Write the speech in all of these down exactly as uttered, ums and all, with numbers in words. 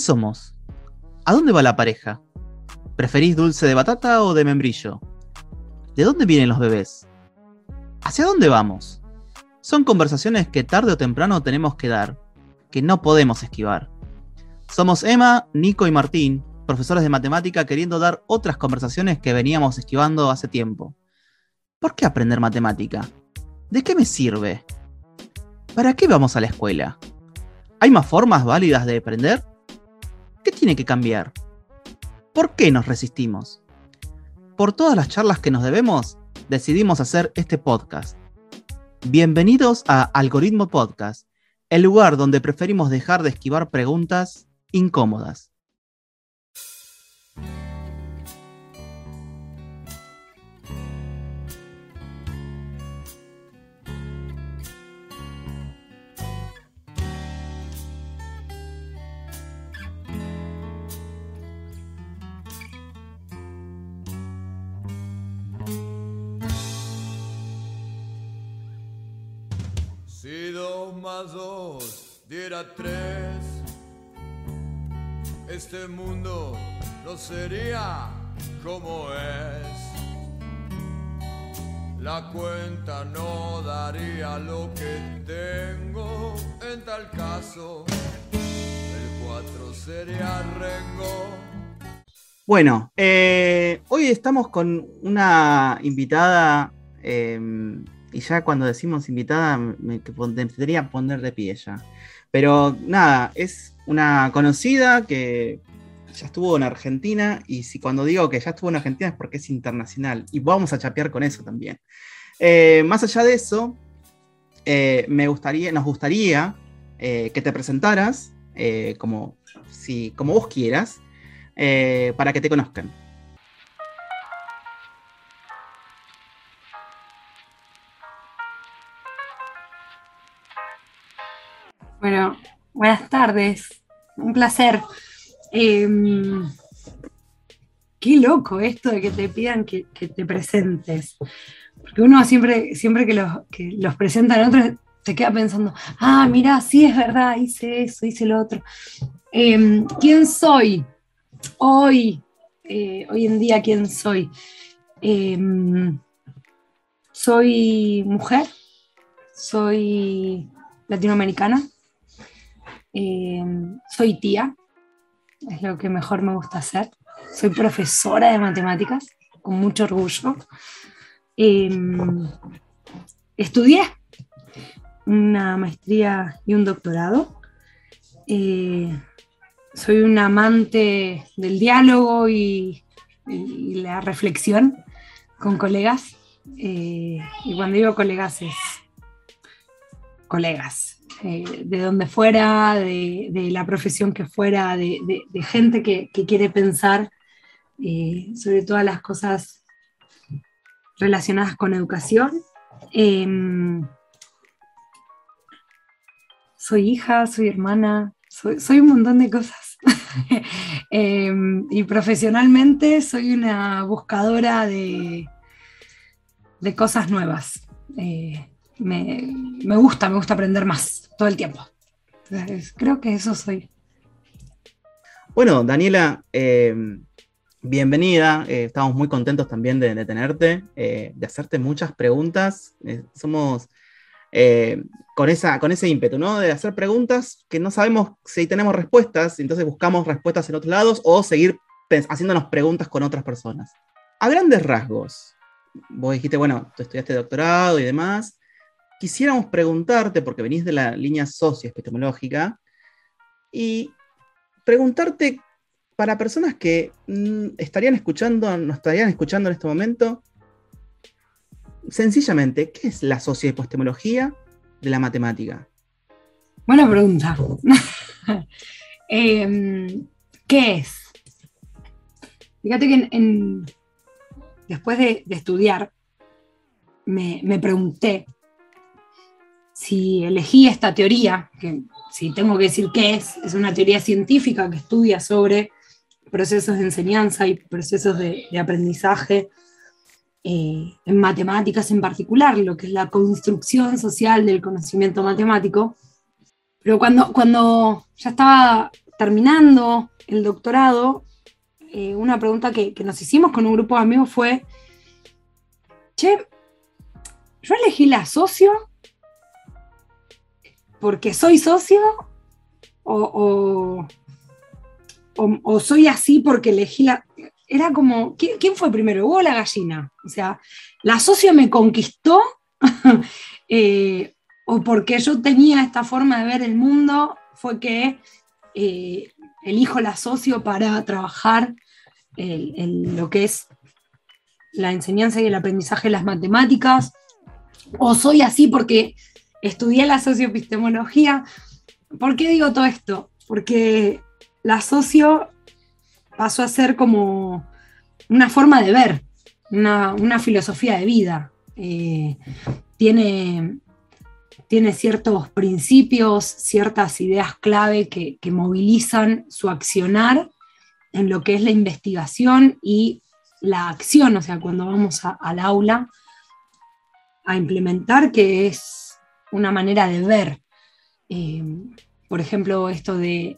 somos? ¿A dónde va la pareja? ¿Preferís dulce de batata o de membrillo? ¿De dónde vienen los bebés? ¿Hacia dónde vamos? Son conversaciones que tarde o temprano tenemos que dar, que no podemos esquivar. Somos Emma, Nico y Martín, profesores de matemática queriendo dar otras conversaciones que veníamos esquivando hace tiempo. ¿Por qué aprender matemática? ¿De qué me sirve? ¿Para qué vamos a la escuela? ¿Hay más formas válidas de aprender? ¿Qué tiene que cambiar? ¿Por qué nos resistimos? Por todas las charlas que nos debemos, decidimos hacer este podcast. Bienvenidos a Algoritmo Podcast, el lugar donde preferimos dejar de esquivar preguntas incómodas. Si dos más dos diera tres, este mundo no sería como es. La cuenta no daría lo que tengo, en tal caso el cuatro sería Rengo. Bueno, eh, hoy estamos con una invitada, eh, y ya cuando decimos invitada me tendría que poner de pie ya. Pero nada, es una conocida que ya estuvo en Argentina, y si cuando digo que ya estuvo en Argentina es porque es internacional, y vamos a chapear con eso también. Eh, más allá de eso, eh, me gustaría, nos gustaría eh, que te presentaras eh, como, si, como vos quieras, eh, para que te conozcan. Bueno, buenas tardes, un placer. Eh, qué loco esto de que te pidan que, que te presentes, porque uno siempre, siempre que, los, que los presentan otros se queda pensando, ah, mirá, sí es verdad, hice eso, hice lo otro. Eh, ¿Quién soy? Hoy, eh, hoy en día, ¿quién soy? Eh, soy mujer, soy latinoamericana. Eh, soy tía, es lo que mejor me gusta hacer. Soy profesora de matemáticas, con mucho orgullo. Eh, estudié una maestría y un doctorado. Eh, soy una amante del diálogo y, y la reflexión con colegas. Eh, y cuando digo colegas es colegas. Eh, de donde fuera, de, de la profesión que fuera, de, de, de gente que, que quiere pensar eh, sobre todas las cosas relacionadas con educación. Eh, soy hija, soy hermana, soy, soy un montón de cosas. eh, y profesionalmente soy una buscadora de, de cosas nuevas. Eh, Me, me gusta, me gusta aprender más todo el tiempo. Entonces, creo que eso soy. Bueno, Daniela, eh, bienvenida. Eh, estamos muy contentos también de, de tenerte, eh, de hacerte muchas preguntas. Eh, somos eh, con, esa, con ese ímpetu, ¿no? De hacer preguntas que no sabemos si tenemos respuestas, entonces buscamos respuestas en otros lados o seguir pens- haciéndonos preguntas con otras personas. A grandes rasgos, vos dijiste, bueno, tú estudiaste doctorado y demás. Quisiéramos preguntarte, porque venís de la línea socioepistemológica, y preguntarte para personas que mm, estarían escuchando, nos estarían escuchando en este momento, sencillamente, ¿qué es la socioepistemología de la matemática? Buena pregunta. eh, ¿Qué es? Fíjate que en, en, después de, de estudiar, me, me pregunté si elegí esta teoría, que si tengo que decir qué es, es una teoría científica que estudia sobre procesos de enseñanza y procesos de, de aprendizaje eh, en matemáticas en particular, lo que es la construcción social del conocimiento matemático. Pero cuando, cuando ya estaba terminando el doctorado, eh, una pregunta que, que nos hicimos con un grupo de amigos fue, che, ¿yo elegí la socio porque soy socio o, o, o, o soy así porque elegí la... Era como, ¿quién, quién fue primero? ¿Hubo la gallina? O sea, ¿la socio me conquistó? eh, ¿O porque yo tenía esta forma de ver el mundo? Fue que eh, elijo la socio para trabajar en, en lo que es la enseñanza y el aprendizaje de las matemáticas. ¿O soy así porque estudié la socioepistemología? ¿Por qué digo todo esto? Porque la socio pasó a ser como una forma de ver, una, una filosofía de vida. Eh, tiene, tiene ciertos principios, ciertas ideas clave que, que movilizan su accionar en lo que es la investigación y la acción, o sea, cuando vamos a, al aula a implementar, que es una manera de ver. Eh, por ejemplo, esto de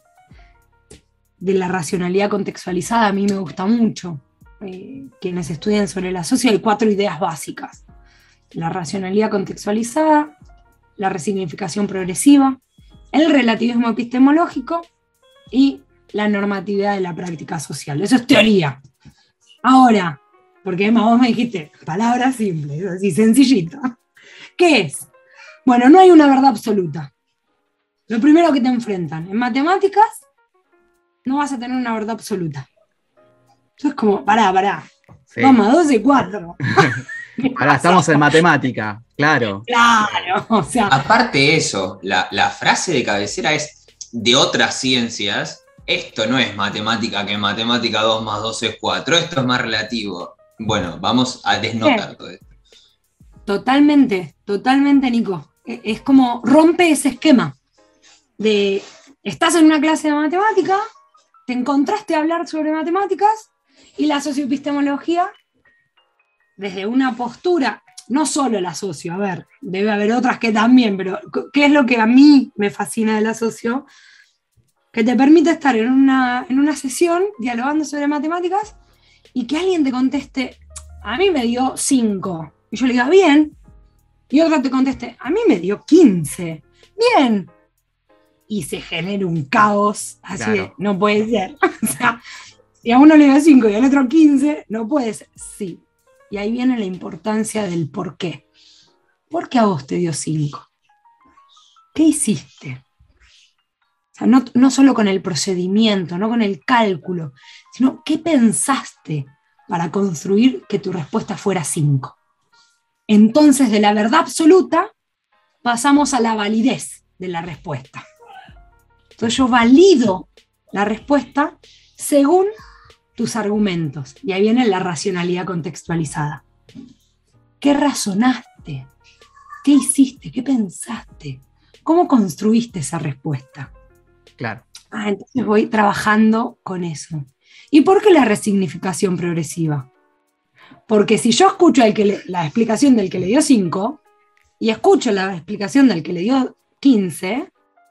de la racionalidad contextualizada a mí me gusta mucho. Eh, quienes estudian sobre la socio hay cuatro ideas básicas. La racionalidad contextualizada, la resignificación progresiva, el relativismo epistemológico y la normatividad de la práctica social. Eso es teoría. Ahora, porque Emma, vos me dijiste palabras simples, así sencillito. ¿Qué es? Bueno, no hay una verdad absoluta. Lo primero que te enfrentan en matemáticas, no vas a tener una verdad absoluta. Eso es como, pará, pará. Sí. dos más dos es cuatro. Ahora estamos en matemática, claro. Claro, o sea. Aparte de eso, la, la frase de cabecera es de otras ciencias. Esto no es matemática, que en matemática dos más dos es cuatro. Esto es más relativo. Bueno, vamos a desnotar Sí. todo esto. Totalmente, totalmente, Nico. Es como rompe ese esquema de estás en una clase de matemática, te encontraste a hablar sobre matemáticas y la socioepistemología, desde una postura, no solo la socio, a ver, debe haber otras que también, pero ¿qué es lo que a mí me fascina de la socio? Que te permite estar en una, en una sesión dialogando sobre matemáticas y que alguien te conteste, a mí me dio cinco, y yo le diga, bien, y otro te conteste, a mí me dio quince, bien, y se genera un caos, así Claro. de, no puede ser. O sea, si a uno le dio cinco y al otro quince, no puede ser. Sí. Y ahí viene la importancia del por qué. ¿Por qué a vos te dio cinco? ¿Qué hiciste? O sea, no, no solo con el procedimiento, no con el cálculo, sino qué pensaste para construir que tu respuesta fuera cinco. Entonces, de la verdad absoluta, pasamos a la validez de la respuesta. Entonces yo valido la respuesta según tus argumentos. Y ahí viene la racionalidad contextualizada. ¿Qué razonaste? ¿Qué hiciste? ¿Qué pensaste? ¿Cómo construiste esa respuesta? Claro. Ah, entonces voy trabajando con eso. ¿Y por qué la resignificación progresiva? Porque si yo escucho el que le, la explicación del que le dio cinco y escucho la explicación del que le dio quince,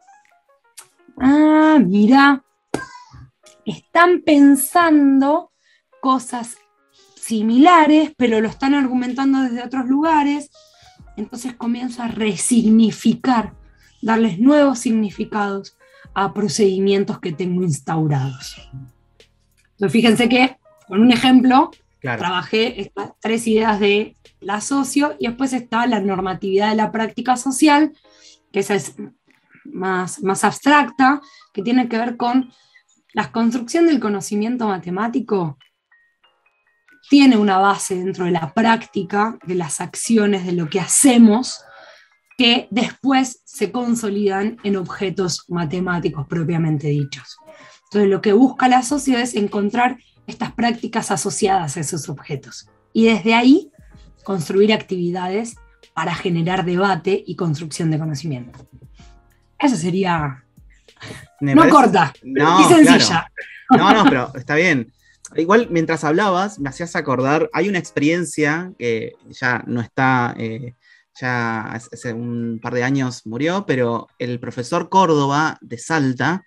ah, mira, están pensando cosas similares, pero lo están argumentando desde otros lugares, entonces comienzo a resignificar, darles nuevos significados a procedimientos que tengo instaurados. Entonces fíjense que, con un ejemplo, Claro. trabajé estas tres ideas de la socio y después está la normatividad de la práctica social, que esa es más, más abstracta, que tiene que ver con la construcción del conocimiento matemático. Tiene una base dentro de la práctica, de las acciones, de lo que hacemos, que después se consolidan en objetos matemáticos propiamente dichos. Entonces lo que busca la socio es encontrar estas prácticas asociadas a esos objetos. Y desde ahí construir actividades para generar debate y construcción de conocimiento. Eso sería... Me no parece- corta, No, y sencilla. claro. No, no, pero está bien. Igual, mientras hablabas, me hacías acordar, hay una experiencia que ya no está, eh, ya hace hace un par de años murió, pero el profesor Córdoba de Salta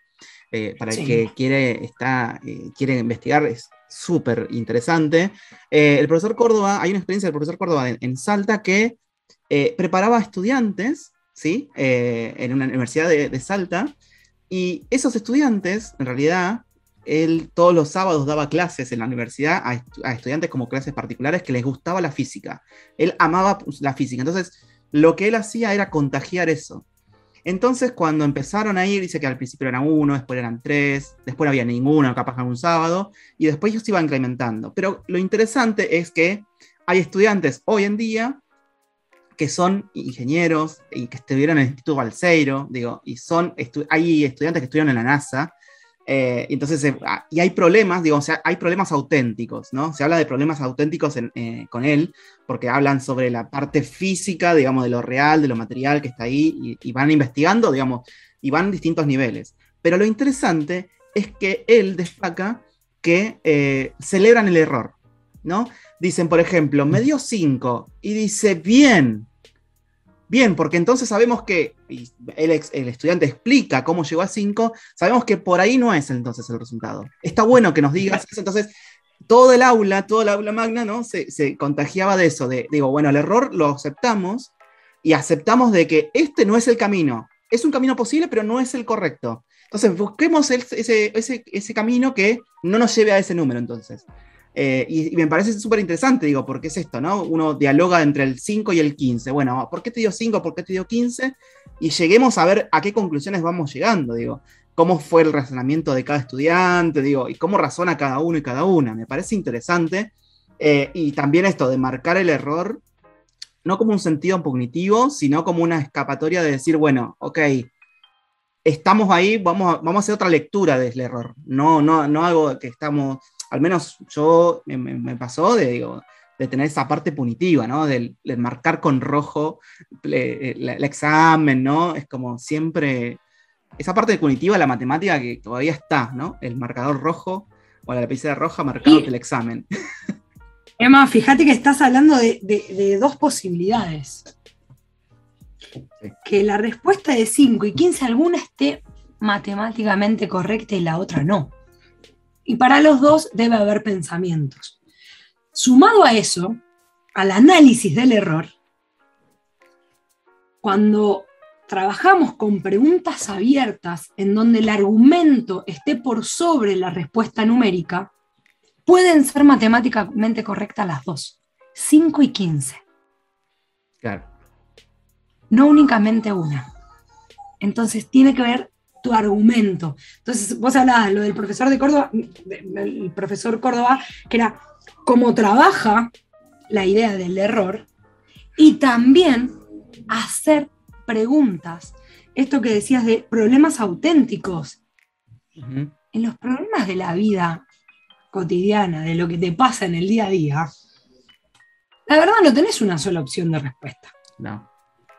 eh, para el Sí. que quiere, está, eh, quiere investigar, es súper interesante. Eh, el profesor Córdoba, hay una experiencia del profesor Córdoba en, en Salta que eh, preparaba estudiantes, ¿sí? Eh, en una universidad de, de Salta, y esos estudiantes, en realidad, él todos los sábados daba clases en la universidad a, estu a estudiantes como clases particulares que les gustaba la física. Él amaba la física, entonces lo que él hacía era contagiar eso. Entonces, cuando empezaron a ir, dice que al principio eran uno, después eran tres, después no había ninguno, capaz algún sábado, y después ellos se iban incrementando. Pero lo interesante es que hay estudiantes hoy en día que son ingenieros y que estuvieron en el Instituto Balseiro, digo, y son estu hay estudiantes que estudiaron en la NASA, eh, entonces, eh, y hay problemas, digo, o sea, hay problemas auténticos, ¿no? Se habla de problemas auténticos en, eh, con él, porque hablan sobre la parte física, digamos, de lo real, de lo material que está ahí, y, y van investigando, digamos, y van a distintos niveles. Pero lo interesante es que él destaca que eh, celebran el error, ¿no? Dicen, por ejemplo, me dio cinco, y dice, bien, bien, porque entonces sabemos que, y el, ex, el estudiante explica cómo llegó a cinco, sabemos que por ahí no es entonces el resultado. Está bueno que nos digas eso, entonces todo el aula, toda el aula magna, ¿no? Se, se contagiaba de eso, de, digo, bueno, el error lo aceptamos, y aceptamos de que este no es el camino, es un camino posible, pero no es el correcto. Entonces busquemos el, ese, ese, ese camino que no nos lleve a ese número, entonces. Eh, y, y me parece súper interesante, digo, porque es esto, ¿no? Uno dialoga entre el cinco y el quince. Bueno, ¿por qué te dio cinco? ¿Por qué te dio quince? Y lleguemos a ver a qué conclusiones vamos llegando, digo. Cómo fue el razonamiento de cada estudiante, digo, y cómo razona cada uno y cada una. Me parece interesante. Eh, y también esto de marcar el error, no como un sentido cognitivo, sino como una escapatoria de decir, bueno, ok, estamos ahí, vamos a, vamos a hacer otra lectura del error. No, no, no algo que estamos... Al menos yo me, me pasó de, digo, de tener esa parte punitiva, ¿no? Del, del marcar con rojo el examen, ¿no? Es como siempre, esa parte punitiva de la matemática que todavía está, ¿no? El marcador rojo o la lapicera roja marcándote Y, el examen. Emma, fíjate que estás hablando de, de, de dos posibilidades. Sí. Que la respuesta de cinco y quince, alguna esté matemáticamente correcta y la otra no. Y para los dos debe haber pensamientos. Sumado a eso, al análisis del error, cuando trabajamos con preguntas abiertas en donde el argumento esté por sobre la respuesta numérica, pueden ser matemáticamente correctas las dos, cinco y quince. Claro. No únicamente una. Entonces tiene que ver tu argumento. Entonces, vos hablabas lo del profesor de Córdoba, el profesor Córdoba, que era cómo trabaja la idea del error y también hacer preguntas. Esto que decías de problemas auténticos. Uh-huh. En los problemas de la vida cotidiana, de lo que te pasa en el día a día, la verdad no tenés una sola opción de respuesta. No.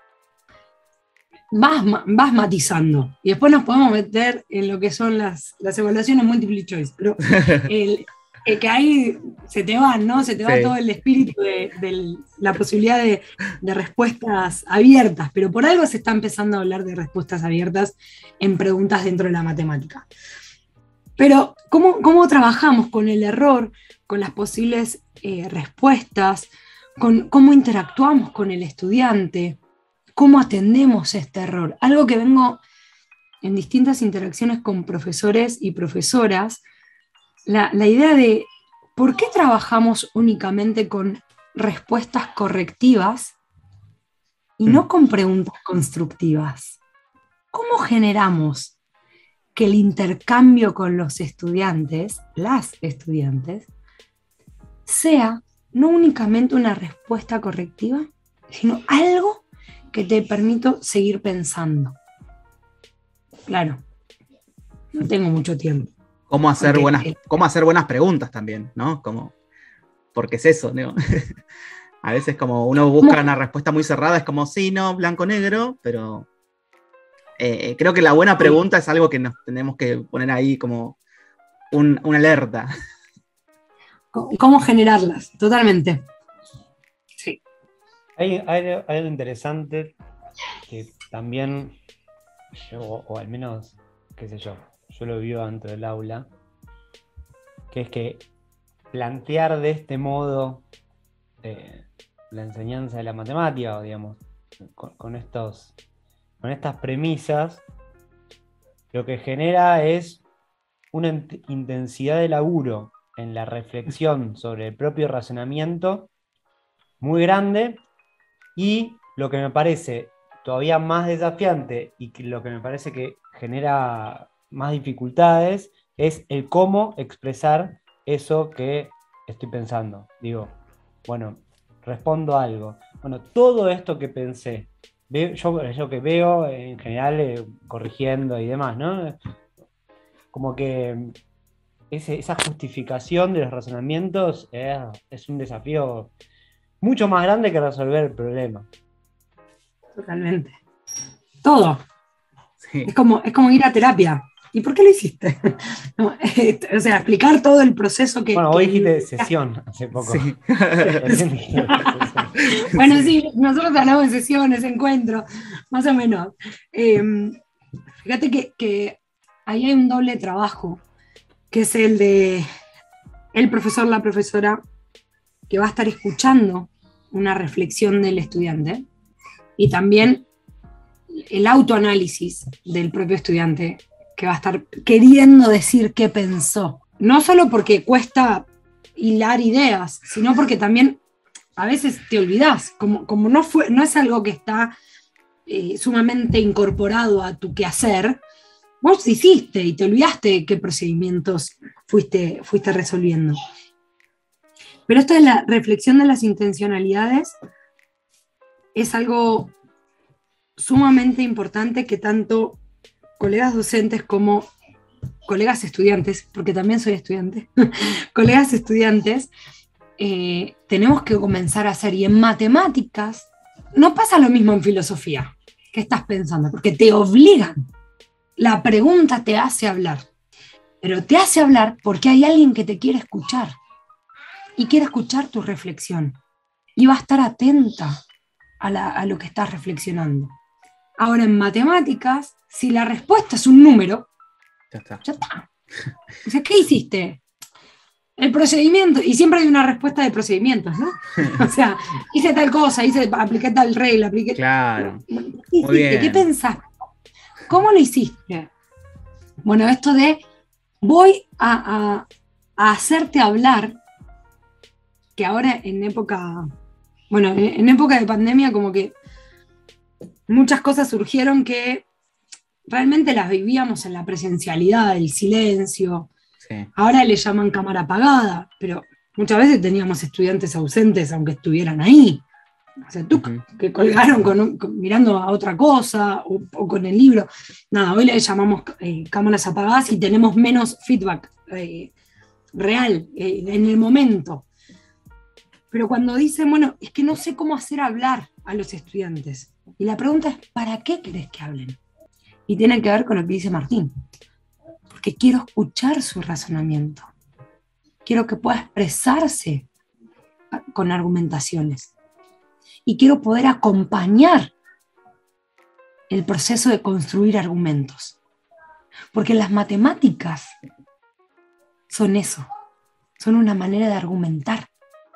Vas, vas matizando. Y después nos podemos meter en lo que son las, las evaluaciones multiple choice. Pero el, el que ahí se te va, ¿no? Se te va sí. todo el espíritu de, de la posibilidad de, de respuestas abiertas. Pero por algo se está empezando a hablar de respuestas abiertas en preguntas dentro de la matemática. Pero, ¿cómo, cómo trabajamos con el error, con las posibles eh, respuestas, con cómo interactuamos con el estudiante? ¿Cómo atendemos este error? Algo que vengo en distintas interacciones con profesores y profesoras, la, la idea de ¿por qué trabajamos únicamente con respuestas correctivas y no con preguntas constructivas? ¿Cómo generamos que el intercambio con los estudiantes, las estudiantes, sea no únicamente una respuesta correctiva, sino algo que te permito seguir pensando? Claro, no tengo mucho tiempo. ¿Cómo hacer, porque, buenas, cómo hacer buenas preguntas también, ¿no? Como, porque es eso, ¿no? A veces como uno busca ¿Cómo? Una respuesta muy cerrada, es como, sí, no, blanco-negro, pero eh, creo que la buena pregunta es algo que nos tenemos que poner ahí como un, una alerta. ¿Cómo generarlas? Totalmente. Sí. Hay, hay, hay algo interesante que también, o, o al menos, qué sé yo, yo lo vivo dentro del aula, que es que plantear de este modo eh, la enseñanza de la matemática, o digamos, con, con, estos, con estas premisas, lo que genera es una int- intensidad de laburo en la reflexión sobre el propio razonamiento muy grande, y lo que me parece todavía más desafiante y que lo que me parece que genera más dificultades es el cómo expresar eso que estoy pensando. Digo, bueno, respondo algo. Bueno, todo esto que pensé, veo, yo es lo que veo en general eh, corrigiendo y demás, ¿no? Como que ese, esa justificación de los razonamientos es, es un desafío mucho más grande que resolver el problema. Totalmente. Todo. Sí. Es como, es como ir a terapia. ¿Y por qué lo hiciste? No, eh, o sea, explicar todo el proceso que... Bueno, que hoy dijiste sesión hace poco. Sí. Recién dijiste sesión. Bueno, sí, nosotros hablamos de sesiones, encuentros, más o menos. Eh, fíjate que, que ahí hay un doble trabajo, que es el de el profesor, la profesora, que va a estar escuchando una reflexión del estudiante, y también el autoanálisis del propio estudiante, que va a estar queriendo decir qué pensó. No solo porque cuesta hilar ideas, sino porque también a veces te olvidás, como, como no, fue, no es algo que está eh, sumamente incorporado a tu quehacer, vos hiciste y te olvidaste de qué procedimientos fuiste, fuiste resolviendo. Pero esto de la reflexión de las intencionalidades es algo sumamente importante que tanto colegas docentes como colegas estudiantes, porque también soy estudiante, colegas estudiantes, eh, tenemos que comenzar a hacer. Y en matemáticas no pasa lo mismo en filosofía. ¿Qué estás pensando? Porque te obligan. La pregunta te hace hablar, pero te hace hablar porque hay alguien que te quiere escuchar y quiere escuchar tu reflexión y va a estar atenta a, la, a lo que estás reflexionando. Ahora, en matemáticas, si la respuesta es un número, Ya está. ya está. O sea, ¿qué hiciste? El procedimiento, y siempre hay una respuesta de procedimientos, ¿no? O sea, hice tal cosa, hice, apliqué tal regla, apliqué... Claro. ¿Qué Muy hiciste? bien. ¿Qué pensaste? ¿Cómo lo hiciste? Bueno, esto de voy a, a, a hacerte hablar, que ahora en época, bueno, en, en época de pandemia como que muchas cosas surgieron que realmente las vivíamos en la presencialidad, el silencio. Sí. Ahora le llaman cámara apagada, pero muchas veces teníamos estudiantes ausentes aunque estuvieran ahí. O sea, tú Ujú. que colgaron con un- con- mirando a otra cosa o, o con el libro. Nada, hoy le llamamos eh, cámaras apagadas y tenemos menos feedback eh, real eh, en el momento. Pero cuando dicen, bueno, es que no sé cómo hacer hablar a los estudiantes. Y la pregunta es, ¿para qué querés que hablen? Y tiene que ver con lo que dice Martín. Porque quiero escuchar su razonamiento. Quiero que pueda expresarse con argumentaciones. Y quiero poder acompañar el proceso de construir argumentos. Porque las matemáticas son eso. Son una manera de argumentar.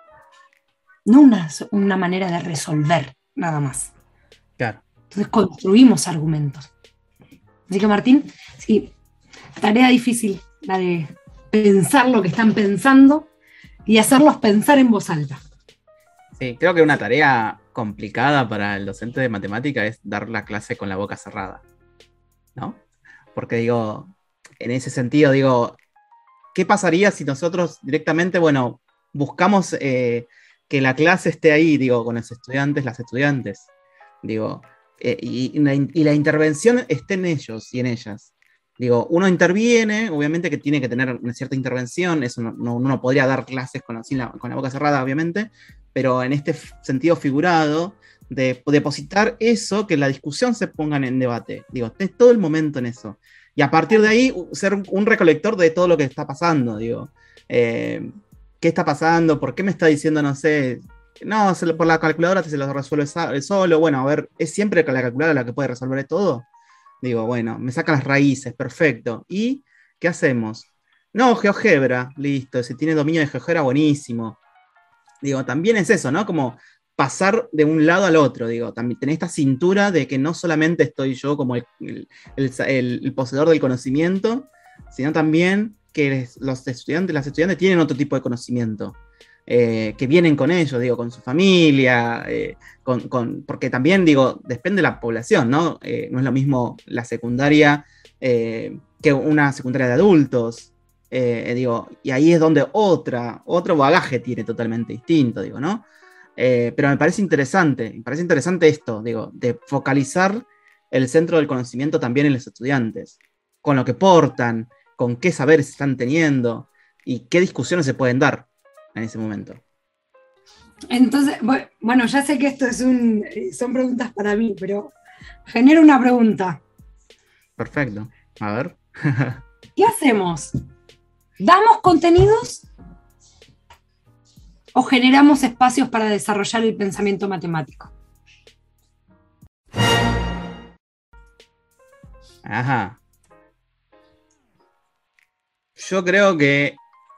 No una, una manera de resolver, nada más. Claro. Entonces construimos argumentos. Así que Martín, sí, tarea difícil la de pensar lo que están pensando y hacerlos pensar en voz alta. Sí, creo que una tarea complicada para el docente de matemática es dar la clase con la boca cerrada, ¿no? Porque digo, en ese sentido, digo, ¿qué pasaría si nosotros directamente, bueno, buscamos eh, que la clase esté ahí, digo, con los estudiantes, las estudiantes, digo, eh, y, y, la, y la intervención esté en ellos y en ellas? Digo, uno interviene, obviamente que tiene que tener una cierta intervención, eso no, no, uno no podría dar clases con, así la, con la boca cerrada, obviamente, pero en este sentido figurado, de depositar eso, que la discusión se ponga en debate. Digo, estés todo el momento en eso. Y a partir de ahí, ser un recolector de todo lo que está pasando, digo. Eh, ¿Qué está pasando? ¿Por qué me está diciendo, no sé, no, se lo, por la calculadora se lo resuelve solo? Bueno, a ver, ¿es siempre la calculadora la que puede resolver todo? Digo, bueno, me saca las raíces, perfecto. Y ¿qué hacemos? No, GeoGebra, listo, si tiene dominio de GeoGebra, buenísimo. Digo, también es eso, ¿no? Como pasar de un lado al otro, digo, también tener esta cintura de que no solamente estoy yo como el, el, el, el poseedor del conocimiento, sino también que los estudiantes, las estudiantes tienen otro tipo de conocimiento, eh, que vienen con ellos, digo, con su familia, eh, con, con, porque también, digo, depende de la población, ¿no? Eh, no es lo mismo la secundaria eh, que una secundaria de adultos, eh, digo, y ahí es donde otra, otro bagaje tiene totalmente distinto, digo, ¿no? Eh, pero me parece interesante, me parece interesante esto, digo, de focalizar el centro del conocimiento también en los estudiantes, con lo que portan, con qué saberes están teniendo y qué discusiones se pueden dar en ese momento. Entonces, bueno, ya sé que esto es un, son preguntas para mí, pero genero una pregunta. Perfecto, a ver. ¿Qué hacemos? ¿Damos contenidos o generamos espacios para desarrollar el pensamiento matemático? Ajá. Yo creo que,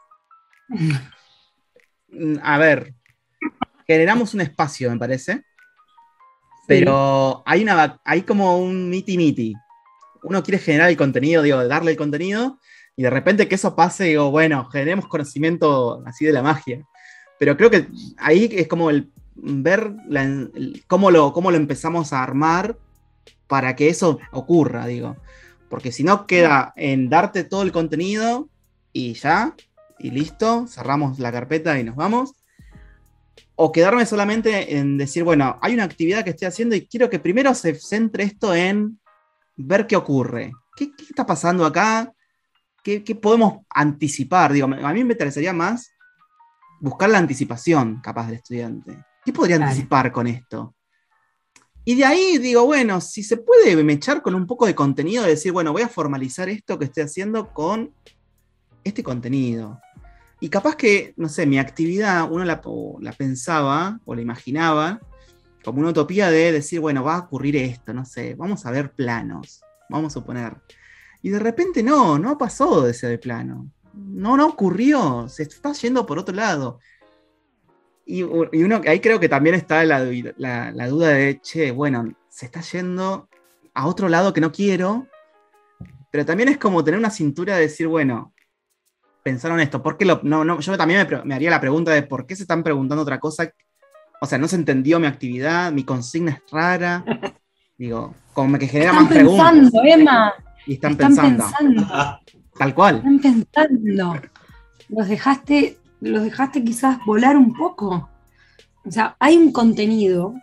a ver, generamos un espacio, me parece, pero sí. hay, una, hay como un miti-miti. Uno quiere generar el contenido, digo, darle el contenido, y de repente que eso pase, digo, bueno, generemos conocimiento así de la magia. Pero creo que ahí es como el ver la, el, cómo, lo, cómo lo empezamos a armar para que eso ocurra, digo. Porque si no queda en darte todo el contenido y ya, y listo, cerramos la carpeta y nos vamos. O quedarme solamente en decir, bueno, hay una actividad que estoy haciendo y quiero que primero se centre esto en ver qué ocurre. ¿Qué, qué está pasando acá? ¿Qué, qué podemos anticipar? Digo, a mí me interesaría más buscar la anticipación capaz del estudiante. ¿Qué podría claro. anticipar con esto? Y de ahí digo, bueno, si se puede mechar con un poco de contenido, de decir, bueno, voy a formalizar esto que estoy haciendo con este contenido. Y capaz que, no sé, mi actividad, uno la, la pensaba o la imaginaba como una utopía de decir, bueno, va a ocurrir esto, no sé, vamos a ver planos, vamos a suponer. Y de repente no, no pasó de ese plano. No, no ocurrió, se está yendo por otro lado. Y, y uno, ahí creo que también está la, la, la duda de, che, bueno, se está yendo a otro lado que no quiero, pero también es como tener una cintura de decir, bueno, pensaron esto, ¿por qué lo, no, no, yo también me, me haría la pregunta de por qué se están preguntando otra cosa, o sea, no se entendió mi actividad, mi consigna es rara, digo, como que genera están más preguntas. Están pensando, Emma. Y están, están pensando. pensando. Tal cual. Están pensando. Los dejaste, los dejaste quizás volar un poco. O sea, hay un contenido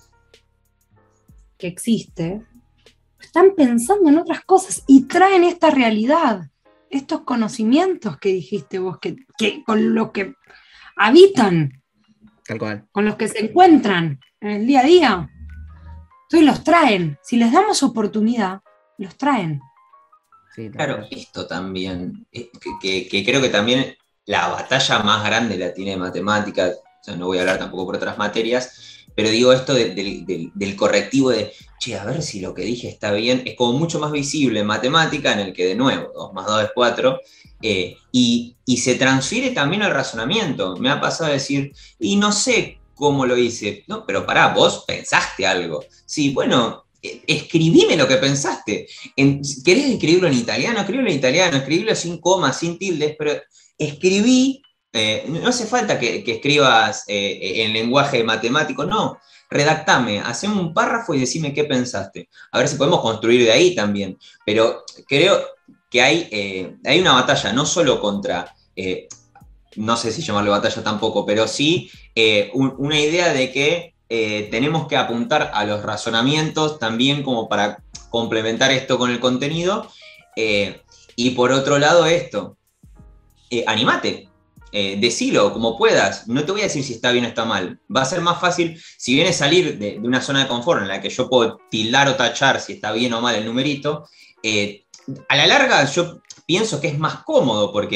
que existe. Están pensando en otras cosas y traen esta realidad, estos conocimientos que dijiste vos, que, que con los que habitan. Tal cual. Con los que se encuentran en el día a día. Entonces los traen. Si les damos oportunidad, los traen. Sí, claro, esto también, que, que, que creo que también la batalla más grande la tiene matemática, o sea, no voy a hablar tampoco por otras materias, pero digo esto de, de, de, del correctivo de, che, a ver si lo que dije está bien, es como mucho más visible en matemática, en el que de nuevo, dos más dos es cuatro, eh, y, y se transfiere también al razonamiento. Me ha pasado a decir, y no sé cómo lo hice, no, pero pará, vos pensaste algo. Sí, bueno, escribime lo que pensaste. En, ¿Querés escribirlo en italiano? Escribirlo en italiano, escribirlo sin comas, sin tildes, pero escribí, eh, no hace falta que, que escribas eh, en lenguaje matemático, no, redactame, haceme un párrafo y decime qué pensaste. A ver si podemos construir de ahí también. Pero creo que hay, eh, hay una batalla, no solo contra, eh, no sé si llamarlo batalla tampoco, pero sí eh, un, una idea de que Eh, tenemos que apuntar a los razonamientos también como para complementar esto con el contenido. Eh, y por otro lado esto, eh, animate, eh, decilo como puedas. No te voy a decir si está bien o está mal. Va a ser más fácil, si vienes a salir de, de una zona de confort en la que yo puedo tildar o tachar si está bien o mal el numerito, eh, a la larga yo pienso que es más cómodo porque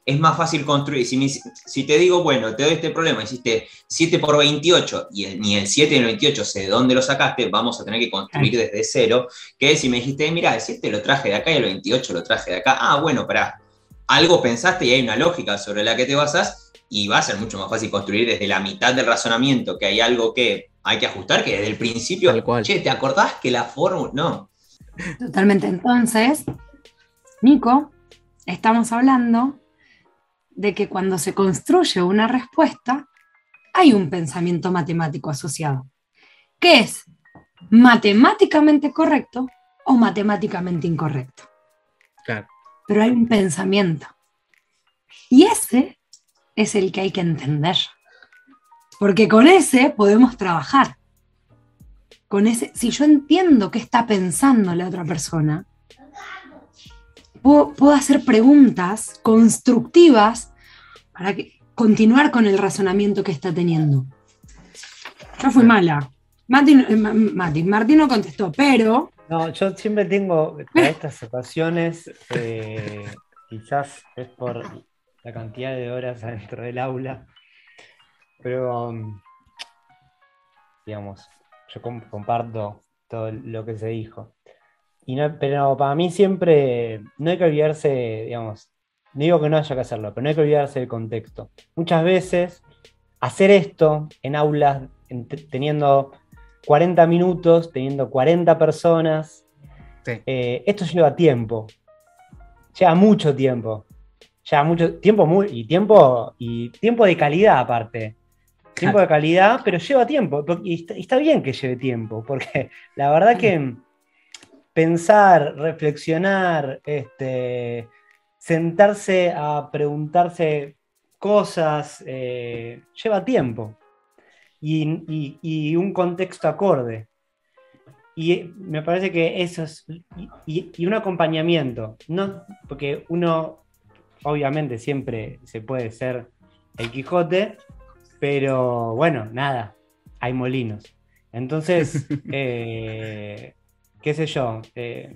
es más fácil construir. Si, me, si te digo, bueno, te doy este problema, hiciste siete por veintiocho y el, ni el siete ni el veintiocho sé de dónde lo sacaste, vamos a tener que construir desde cero, que si me dijiste, mira, el siete lo traje de acá y el veintiocho lo traje de acá, ah, bueno, pará, algo pensaste y hay una lógica sobre la que te basas y va a ser mucho más fácil construir desde la mitad del razonamiento, que hay algo que hay que ajustar, que desde el principio, Tal cual. che, ¿te acordás que la fórmula? No. Totalmente. Entonces, Nico, estamos hablando de que cuando se construye una respuesta, hay un pensamiento matemático asociado, que es matemáticamente correcto o matemáticamente incorrecto. Claro. Pero hay un pensamiento. Y ese es el que hay que entender. Porque con ese podemos trabajar. Con ese, si yo entiendo qué está pensando la otra persona, puedo, puedo hacer preguntas constructivas para que, continuar con el razonamiento que está teniendo. Yo fui mala. Mati, eh, Mati, Martín no contestó, pero... No, yo siempre tengo, para estas ocasiones, eh, quizás es por la cantidad de horas adentro del aula, pero, um, digamos, yo com- comparto todo lo que se dijo. Y no, pero para mí siempre no hay que olvidarse, digamos, no digo que no haya que hacerlo, pero no hay que olvidarse del contexto. Muchas veces hacer esto en aulas, en t- teniendo cuarenta minutos, teniendo cuarenta personas, Sí. eh, esto lleva tiempo, lleva mucho tiempo, lleva mucho tiempo muy, y tiempo y tiempo de calidad aparte. Tiempo de calidad, pero lleva tiempo. Y está, y está bien que lleve tiempo, porque la verdad que pensar, reflexionar, este, sentarse a preguntarse cosas, eh, lleva tiempo. Y, y, y un contexto acorde. Y me parece que eso es. Y, y un acompañamiento. No, porque uno, obviamente, siempre se puede ser el Quijote. Pero bueno, nada, hay molinos. Entonces, eh, qué sé yo, eh,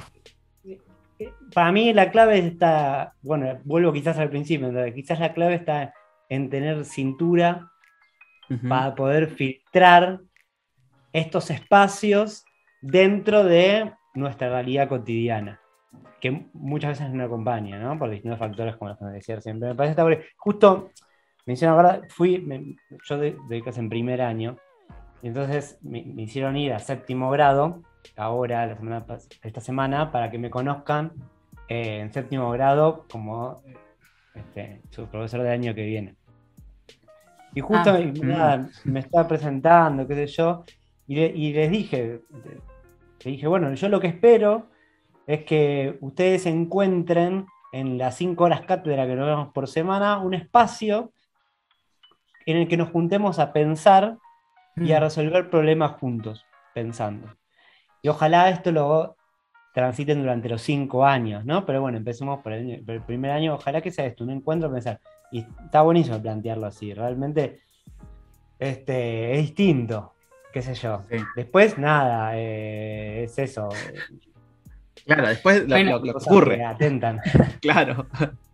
para mí la clave está, bueno, vuelvo quizás al principio, entonces, quizás la clave está en tener cintura Ujú. para poder filtrar estos espacios dentro de nuestra realidad cotidiana, que muchas veces no acompaña, ¿no? Por distintos factores, como los que me decía siempre. Me parece que está justo. Me hicieron, la verdad, fui, me, yo de, de clase en primer año, y entonces me, me hicieron ir a séptimo grado, ahora, la semana, esta semana, para que me conozcan eh, en séptimo grado como este, su profesor del año que viene. Y justo Ah. me, nada, me estaba presentando, qué sé yo, y, le, y les dije, les dije, bueno, yo lo que espero es que ustedes encuentren en las cinco horas cátedra que nos vemos por semana un espacio en el que nos juntemos a pensar y a resolver problemas juntos, pensando. Y ojalá esto lo transiten durante los cinco años, ¿no? Pero bueno, empecemos por el, por el primer año, ojalá que sea esto, un encuentro a pensar. Y está buenísimo plantearlo así, realmente este, es distinto, qué sé yo. Sí. Después, nada, eh, es eso. Claro, después lo, Bueno, lo- lo que cosas ocurre. que atentan. Claro.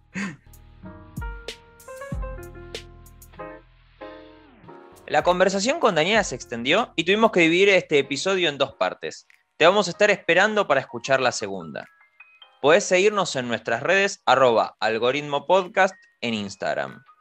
La conversación con Daniela se extendió y tuvimos que dividir este episodio en dos partes. Te vamos a estar esperando para escuchar la segunda. Podés seguirnos en nuestras redes arroba algoritmo podcast en Instagram.